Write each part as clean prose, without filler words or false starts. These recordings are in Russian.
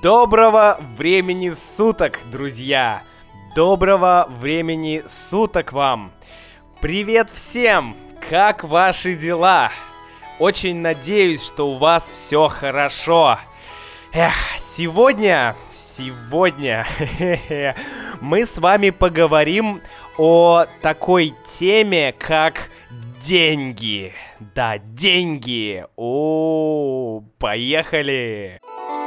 Доброго времени суток, друзья! Доброго времени суток вам! Привет всем! Как ваши дела? Очень надеюсь, что у вас все хорошо. Сегодня мы с вами поговорим о такой теме, как деньги. Да, деньги. Поехали!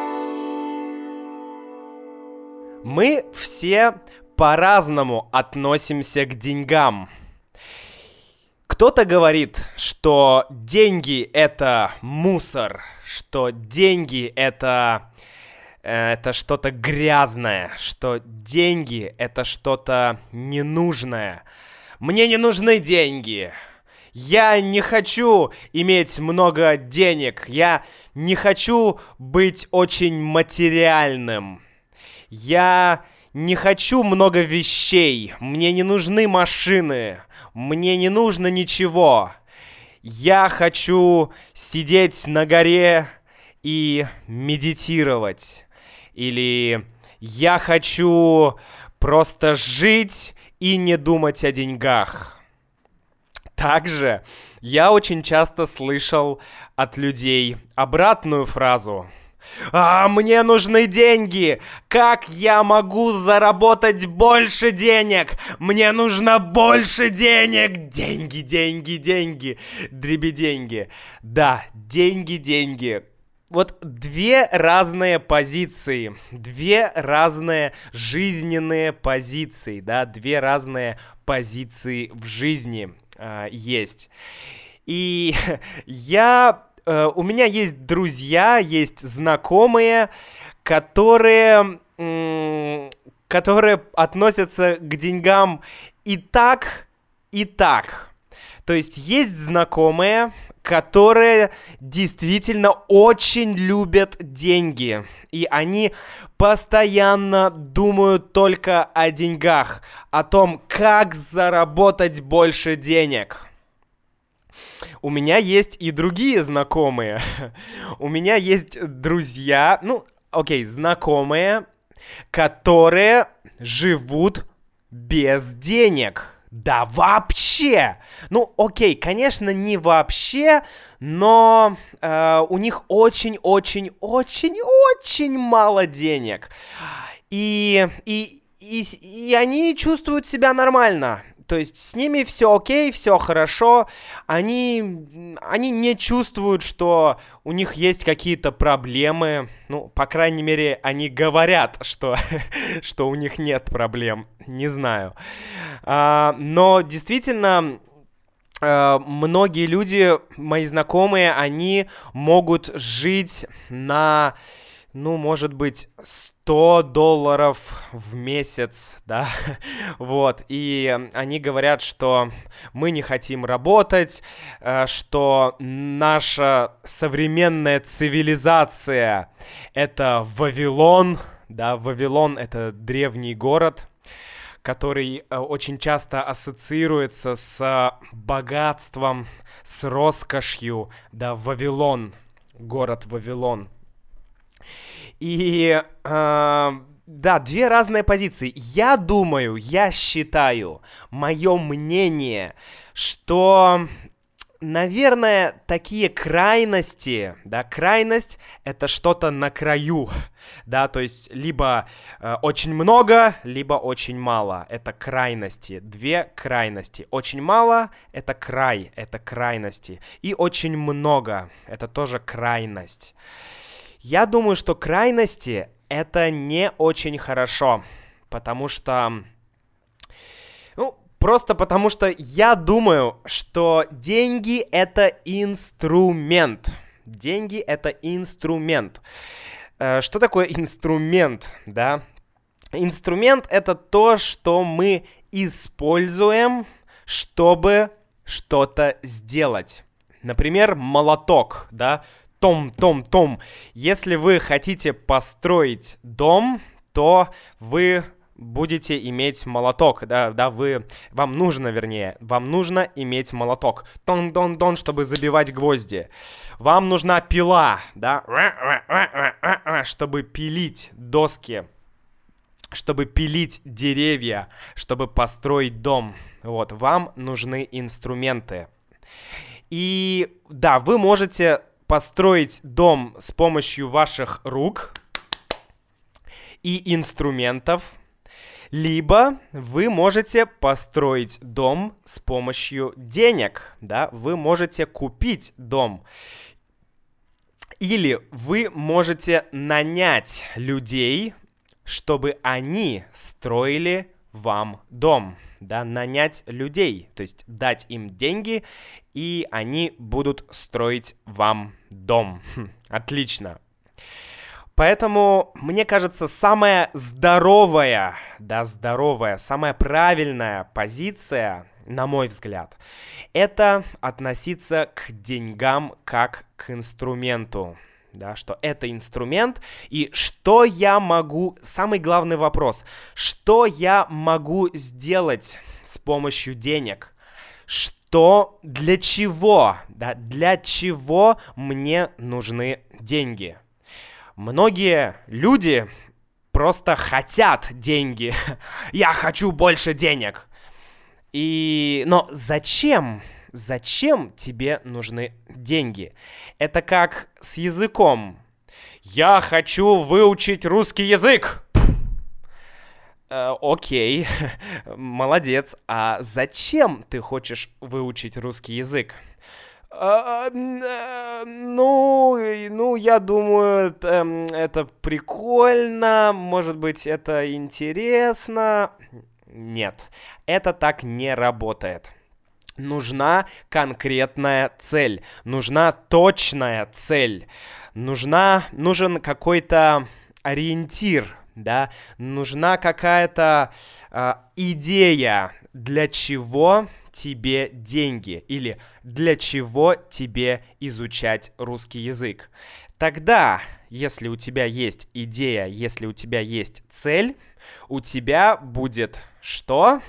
Мы все по-разному относимся к деньгам. Кто-то говорит, что деньги — это мусор, что деньги — это что-то грязное, что деньги — это что-то ненужное. Мне не нужны деньги. Я не хочу иметь много денег. Я не хочу быть очень материальным. Я не хочу много вещей. Мне не нужны машины. Мне не нужно ничего. Я хочу сидеть на горе и медитировать. Или я хочу просто жить и не думать о деньгах. Также я очень часто слышал от людей обратную фразу: «Мне нужны деньги! Как я могу заработать больше денег? Мне нужно больше денег! Деньги, деньги, деньги! Дребеденьги!» Да, деньги, деньги. Вот две разные позиции, две разные жизненные позиции, да, две разные позиции в жизни есть. И у меня есть друзья, есть знакомые, которые относятся к деньгам и так, и так. То есть есть знакомые, которые действительно очень любят деньги, и они постоянно думают только о деньгах, о том, как заработать больше денег. У меня есть и другие знакомые. У меня есть друзья, знакомые, которые живут без денег. Да вообще! Конечно, не вообще, но у них очень-очень-очень-очень мало денег. И они чувствуют себя нормально. То есть с ними все окей, все хорошо. Они не чувствуют, что у них есть какие-то проблемы. По крайней мере, они говорят, что у них нет проблем. Не знаю. Но действительно, многие люди, мои знакомые, они могут жить на, может быть, $100 в месяц, да, вот, и они говорят, что мы не хотим работать, что наша современная цивилизация — это Вавилон, да, Вавилон — это древний город, который очень часто ассоциируется с богатством, с роскошью, да, Вавилон, город Вавилон. И, две разные позиции. Я считаю, мое мнение, что, наверное, такие крайности, да, крайность — это что-то на краю, да, то есть либо очень много, либо очень мало. Это крайности, две крайности. Очень мало — это край, это крайности. И очень много — это тоже крайность. Я думаю, что крайности — это не очень хорошо, потому что... просто потому что я думаю, что деньги — это инструмент. Деньги — это инструмент. Что такое инструмент, да? Инструмент — это то, что мы используем, чтобы что-то сделать. Например, молоток, да? Том. Если вы хотите построить дом, то вы будете иметь молоток, вам нужно иметь молоток, тон-тон-тон, чтобы забивать гвозди. Вам нужна пила, да, чтобы пилить доски, чтобы пилить деревья, чтобы построить дом. Вот, вам нужны инструменты. И да, вы можете построить дом с помощью ваших рук и инструментов, либо вы можете построить дом с помощью денег, да, вы можете купить дом. Или вы можете нанять людей, чтобы они строили вам дом, да, нанять людей, то есть дать им деньги, и они будут строить вам дом. Отлично. Поэтому, мне кажется, самая здоровая, самая правильная позиция, на мой взгляд, это относиться к деньгам как к инструменту. Да, что это инструмент, и что я могу... Самый главный вопрос. Что я могу сделать с помощью денег? Для чего? Да, для чего мне нужны деньги? Многие люди просто хотят деньги. Я хочу больше денег. Но зачем? Зачем тебе нужны деньги? Это как с языком. Я хочу выучить русский язык. Окей, молодец. А зачем ты хочешь выучить русский язык? Я думаю, это прикольно, может быть, это интересно. Нет, это так не работает. Нужна конкретная цель, нужна точная цель, нужен какой-то ориентир, да, нужна какая-то идея, для чего тебе деньги или для чего тебе изучать русский язык. Тогда, если у тебя есть идея, если у тебя есть цель, у тебя будет что?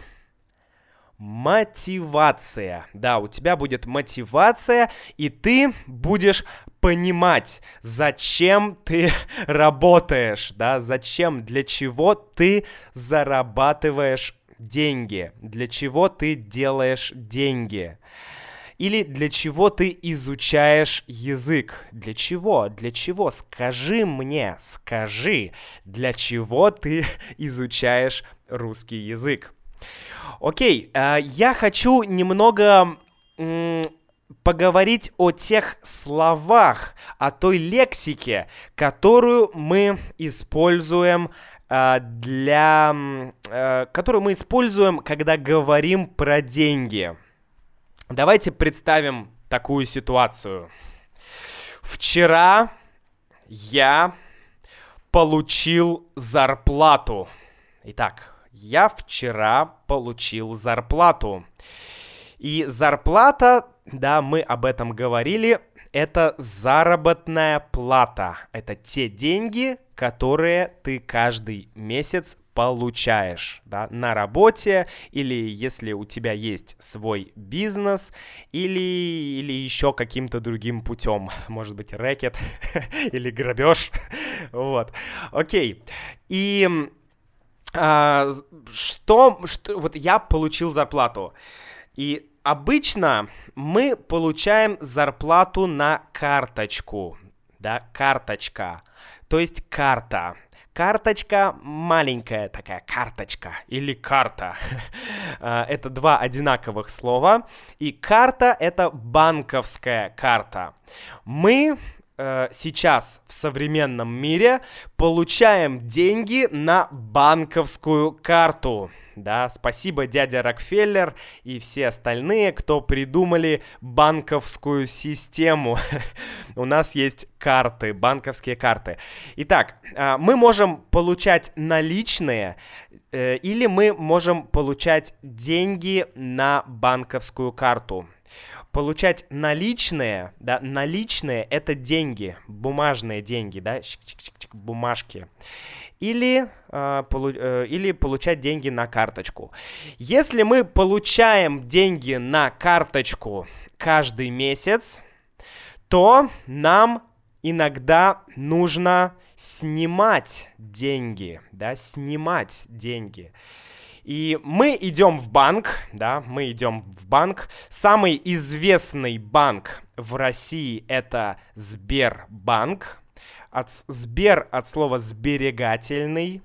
Мотивация. Да, у тебя будет мотивация, и ты будешь понимать, зачем ты работаешь, да, зачем, для чего ты зарабатываешь деньги, для чего ты делаешь деньги. Или для чего ты изучаешь язык? Для чего? Для чего? Скажи мне, для чего ты изучаешь русский язык? Окей, я хочу немного поговорить о тех словах, о той лексике, которую мы используем когда говорим про деньги. Давайте представим такую ситуацию. Вчера я получил зарплату. Итак, я вчера получил зарплату. И зарплата, да, мы об этом говорили, это заработная плата. Это те деньги, которые ты каждый месяц получаешь, да, на работе, или если у тебя есть свой бизнес, или еще каким-то другим путем. Может быть, рэкет или грабеж. Вот. Окей. И вот я получил зарплату. И обычно мы получаем зарплату на карточку. Да, карточка. То есть карта. Карточка, маленькая такая карточка или карта. Это два одинаковых слова. И карта — это банковская карта. Мы сейчас в современном мире получаем деньги на банковскую карту. Да, спасибо, дядя Рокфеллер и все остальные, кто придумали банковскую систему. У нас есть карты, банковские карты. Итак, мы можем получать наличные или мы можем получать деньги на банковскую карту. получать наличные, да, наличные — это деньги, бумажные деньги, да, бумажки. Или получать деньги на карточку. Если мы получаем деньги на карточку каждый месяц, то нам иногда нужно снимать деньги, да, снимать деньги. И мы идем в банк, да, мы идем в банк. Самый известный банк в России — это Сбербанк. Сбер от слова сберегательный.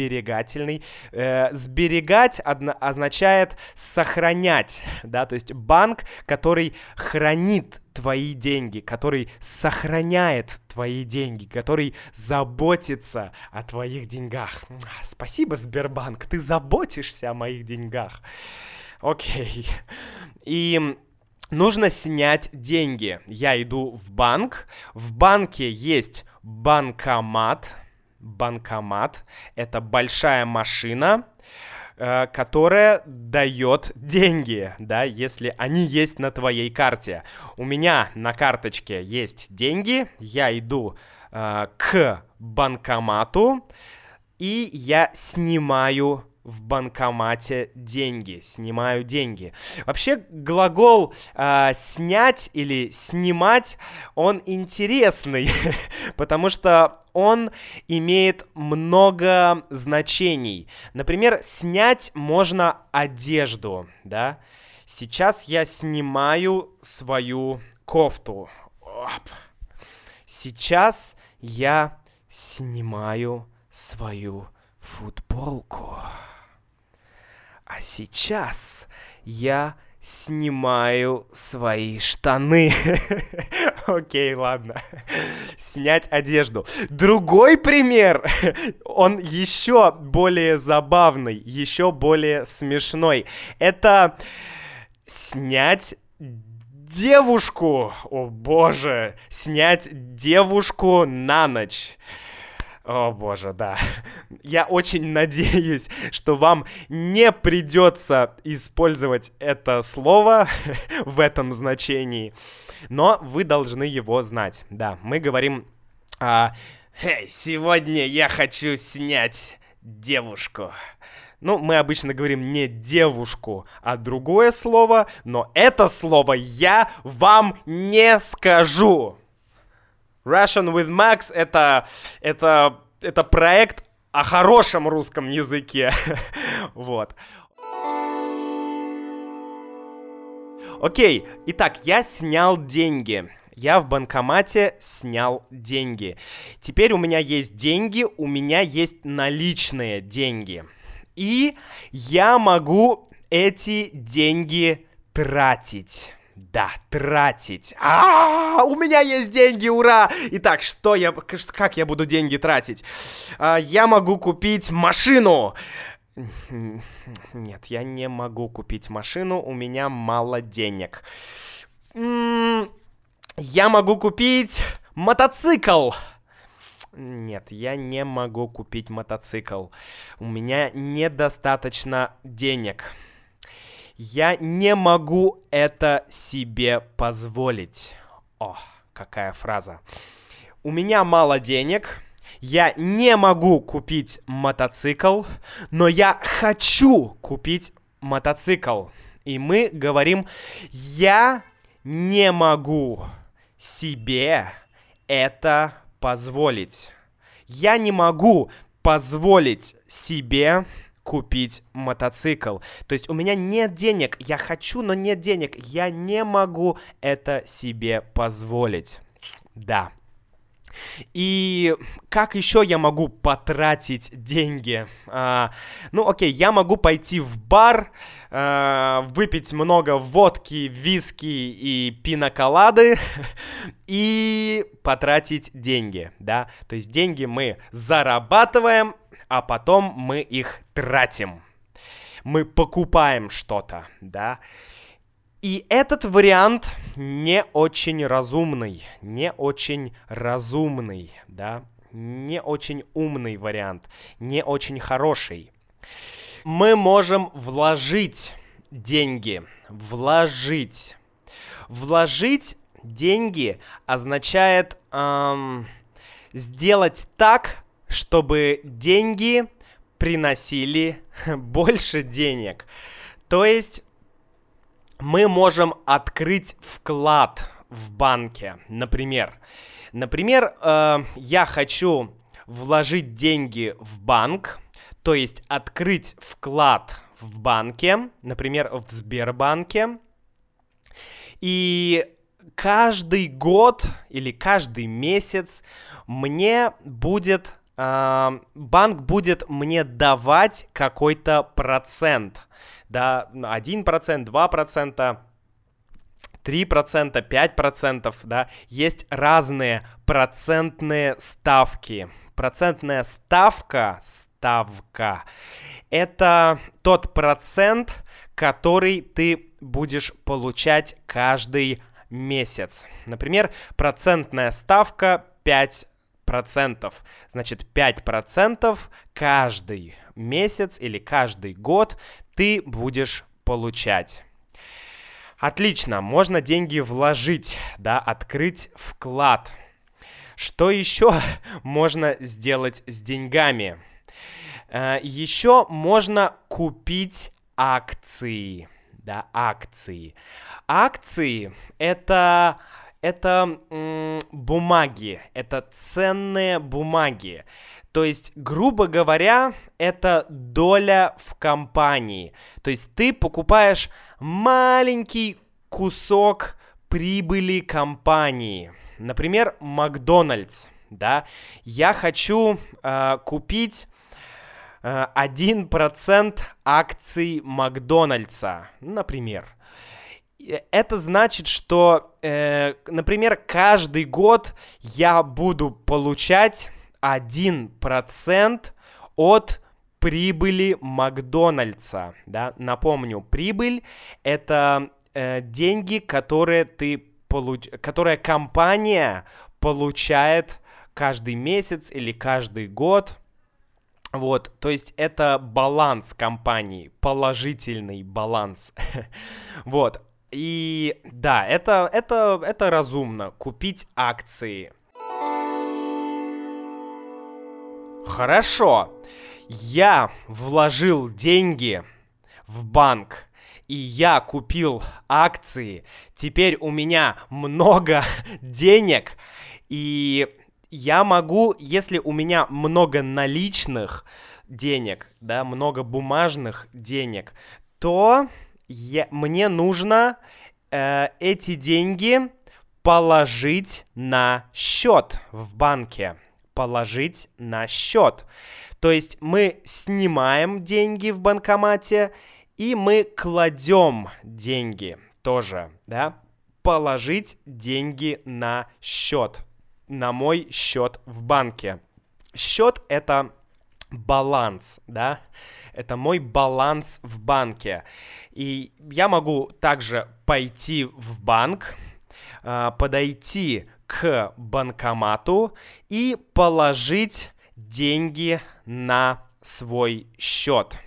Сберегать означает сохранять, да, то есть банк, который хранит твои деньги, который сохраняет твои деньги, который заботится о твоих деньгах. Спасибо, Сбербанк, ты заботишься о моих деньгах. Окей. И нужно снять деньги. Я иду в банк. В банке есть банкомат. Банкомат — это большая машина, которая дает деньги, да, если они есть на твоей карте. У меня на карточке есть деньги, я иду к банкомату, и я снимаю в банкомате деньги, снимаю деньги. Вообще глагол снять или снимать, он интересный, потому что он имеет много значений. Например, снять можно одежду, да. Сейчас я снимаю свою кофту. Сейчас я снимаю свою футболку. А сейчас я снимаю свои штаны. Окей, ладно. Снять одежду. Другой пример, он еще более забавный, еще более смешной. Это снять девушку. О боже, снять девушку на ночь. О боже, да. Я очень надеюсь, что вам не придется использовать это слово в этом значении, но вы должны его знать. Да, мы говорим: «Эй, сегодня я хочу снять девушку». Ну, мы обычно говорим не девушку, а другое слово, но это слово я вам не скажу. Russian with Max — это проект о хорошем русском языке. Вот. Окей, итак, я снял деньги. Я в банкомате снял деньги. Теперь у меня есть деньги, у меня есть наличные деньги. И я могу эти деньги тратить. Да, тратить. У меня есть деньги, ура! Итак, как я буду деньги тратить? Я могу купить машину. Нет, я не могу купить машину, у меня мало денег. Я могу купить мотоцикл. Нет, я не могу купить мотоцикл. У меня недостаточно денег. Я не могу это себе позволить. О, какая фраза. У меня мало денег. Я не могу купить мотоцикл, но я хочу купить мотоцикл. И мы говорим: я не могу себе это позволить. Я не могу позволить себе купить мотоцикл. То есть у меня нет денег, я хочу, но нет денег. Я не могу это себе позволить. Да. И как еще я могу потратить деньги? Окей, я могу пойти в бар, выпить много водки, виски и пиноколады и потратить деньги, да? То есть деньги мы зарабатываем, а потом мы их тратим. Мы покупаем что-то, да? И этот вариант не очень разумный, да, не очень умный вариант, не очень хороший. Мы можем вложить деньги, Вложить деньги означает сделать так, чтобы деньги приносили больше денег. То есть мы можем открыть вклад в банке, например. Я хочу вложить деньги в банк, то есть открыть вклад в банке, например, в Сбербанке. И каждый год или каждый месяц банк будет мне давать какой-то процент. Да, 1%, 2%, 3%, 5%, да, есть разные процентные ставки. Процентная ставка, это тот процент, который ты будешь получать каждый месяц. Например, процентная ставка 5%. Значит, 5% каждый месяц или каждый год ты будешь получать. Отлично, можно деньги вложить, да, открыть вклад. Что еще можно сделать с деньгами? Еще можно купить акции, да, акции. Акции это бумаги, это ценные бумаги. То есть, грубо говоря, это доля в компании. То есть ты покупаешь маленький кусок прибыли компании. Например, Макдональдс. Да? Я хочу купить 1% акций Макдональдса, например. Это значит, что, например, каждый год я буду получать 1% от прибыли Макдональдса. Да? Напомню, прибыль — это деньги, которые которые компания получает каждый месяц или каждый год. Вот, то есть это баланс компании, положительный баланс. Вот, и да, это разумно, купить акции. Хорошо, я вложил деньги в банк, и я купил акции. Теперь у меня много денег, и я могу, если у меня много наличных денег, да, много бумажных денег, то мне нужно эти деньги положить на счет в банке. Положить на счет. То есть мы снимаем деньги в банкомате, и мы кладем деньги тоже, да? Положить деньги на счет, на мой счет в банке. Счет — это баланс, да? Это мой баланс в банке. И я могу также пойти в банк, подойти к банкомату и положить деньги на свой счет.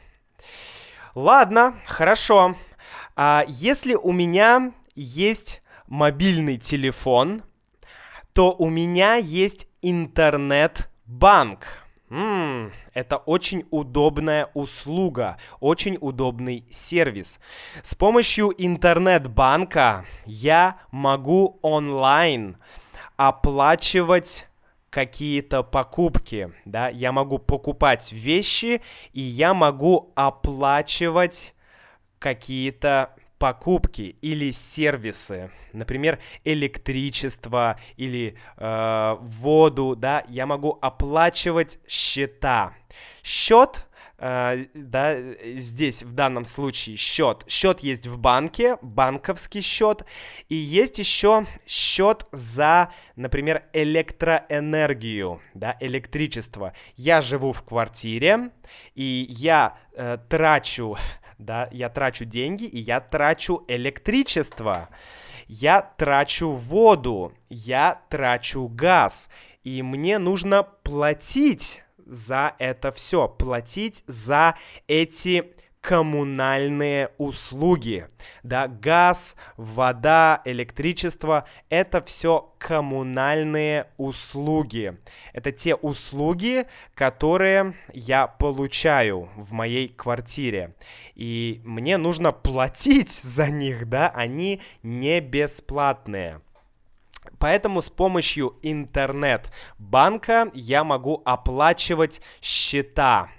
Ладно, хорошо. Если у меня есть мобильный телефон, то у меня есть интернет-банк. Это очень удобная услуга, очень удобный сервис. С помощью интернет-банка я могу онлайн оплачивать какие-то покупки, да, я могу покупать вещи, и я могу оплачивать какие-то покупки или сервисы, например, электричество или воду, да, я могу оплачивать счета. Счет, да, здесь в данном случае счет. Счет есть в банке, банковский счет, и есть еще счет за, например, электроэнергию, да, электричество. Я живу в квартире, и я трачу деньги, и я трачу электричество. Я трачу воду, я трачу газ, и мне нужно платить за это все, платить за эти коммунальные услуги. Да, газ, вода, электричество — это все коммунальные услуги. Это те услуги, которые я получаю в моей квартире. И мне нужно платить за них, да, они не бесплатные. Поэтому с помощью интернет-банка я могу оплачивать счета.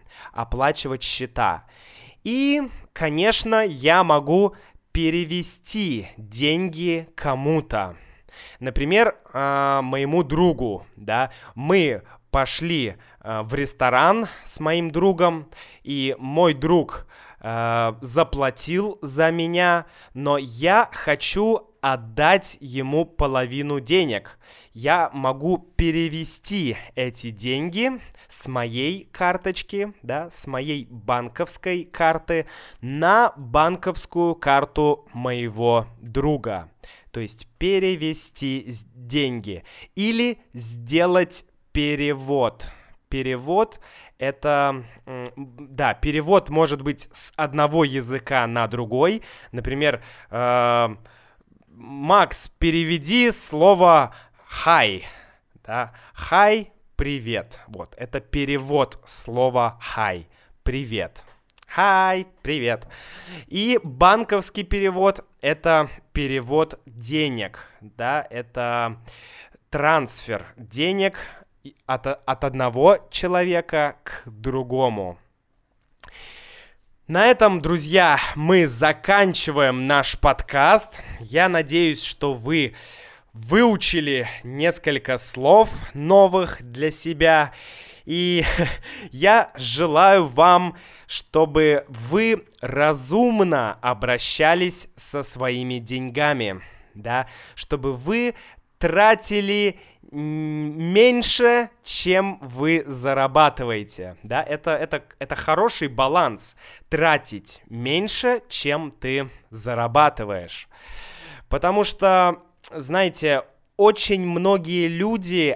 И, конечно, я могу перевести деньги кому-то. Например, моему другу, да, мы пошли в ресторан с моим другом, и мой друг заплатил за меня, но я хочу отдать ему половину денег. Я могу перевести эти деньги с моей карточки, да, с моей банковской карты на банковскую карту моего друга. То есть перевести деньги или сделать перевод. Перевод — это, да, перевод может быть с одного языка на другой. Например, Макс, переведи слово «hi». Да? «Hi» — привет. Вот, это перевод слова «hi» — привет. «Hi» — привет. И банковский перевод — это перевод денег. Да? Это трансфер денег от одного человека к другому. На этом, друзья, мы заканчиваем наш подкаст. Я надеюсь, что вы выучили несколько слов новых для себя. И я желаю вам, чтобы вы разумно обращались со своими деньгами, да? Чтобы вы тратили меньше, чем вы зарабатываете. Да? Это хороший баланс. Тратить меньше, чем ты зарабатываешь. Потому что, знаете, очень многие люди,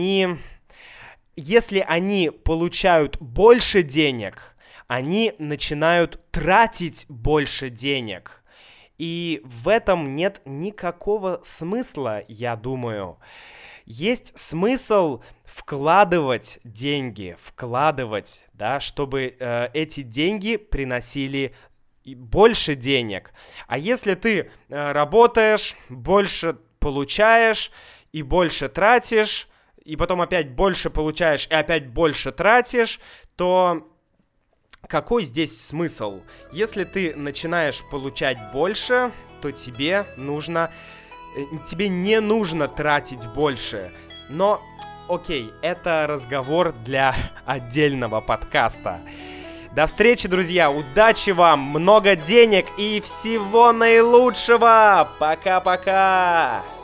если они получают больше денег, они начинают тратить больше денег. И в этом нет никакого смысла, я думаю. Есть смысл вкладывать деньги, да, чтобы эти деньги приносили больше денег. А если ты работаешь, больше получаешь и больше тратишь, и потом опять больше получаешь и опять больше тратишь, то какой здесь смысл? Если ты начинаешь получать больше, то тебе не нужно тратить больше. Но, окей, это разговор для отдельного подкаста. До встречи, друзья, удачи вам, много денег и всего наилучшего! Пока-пока!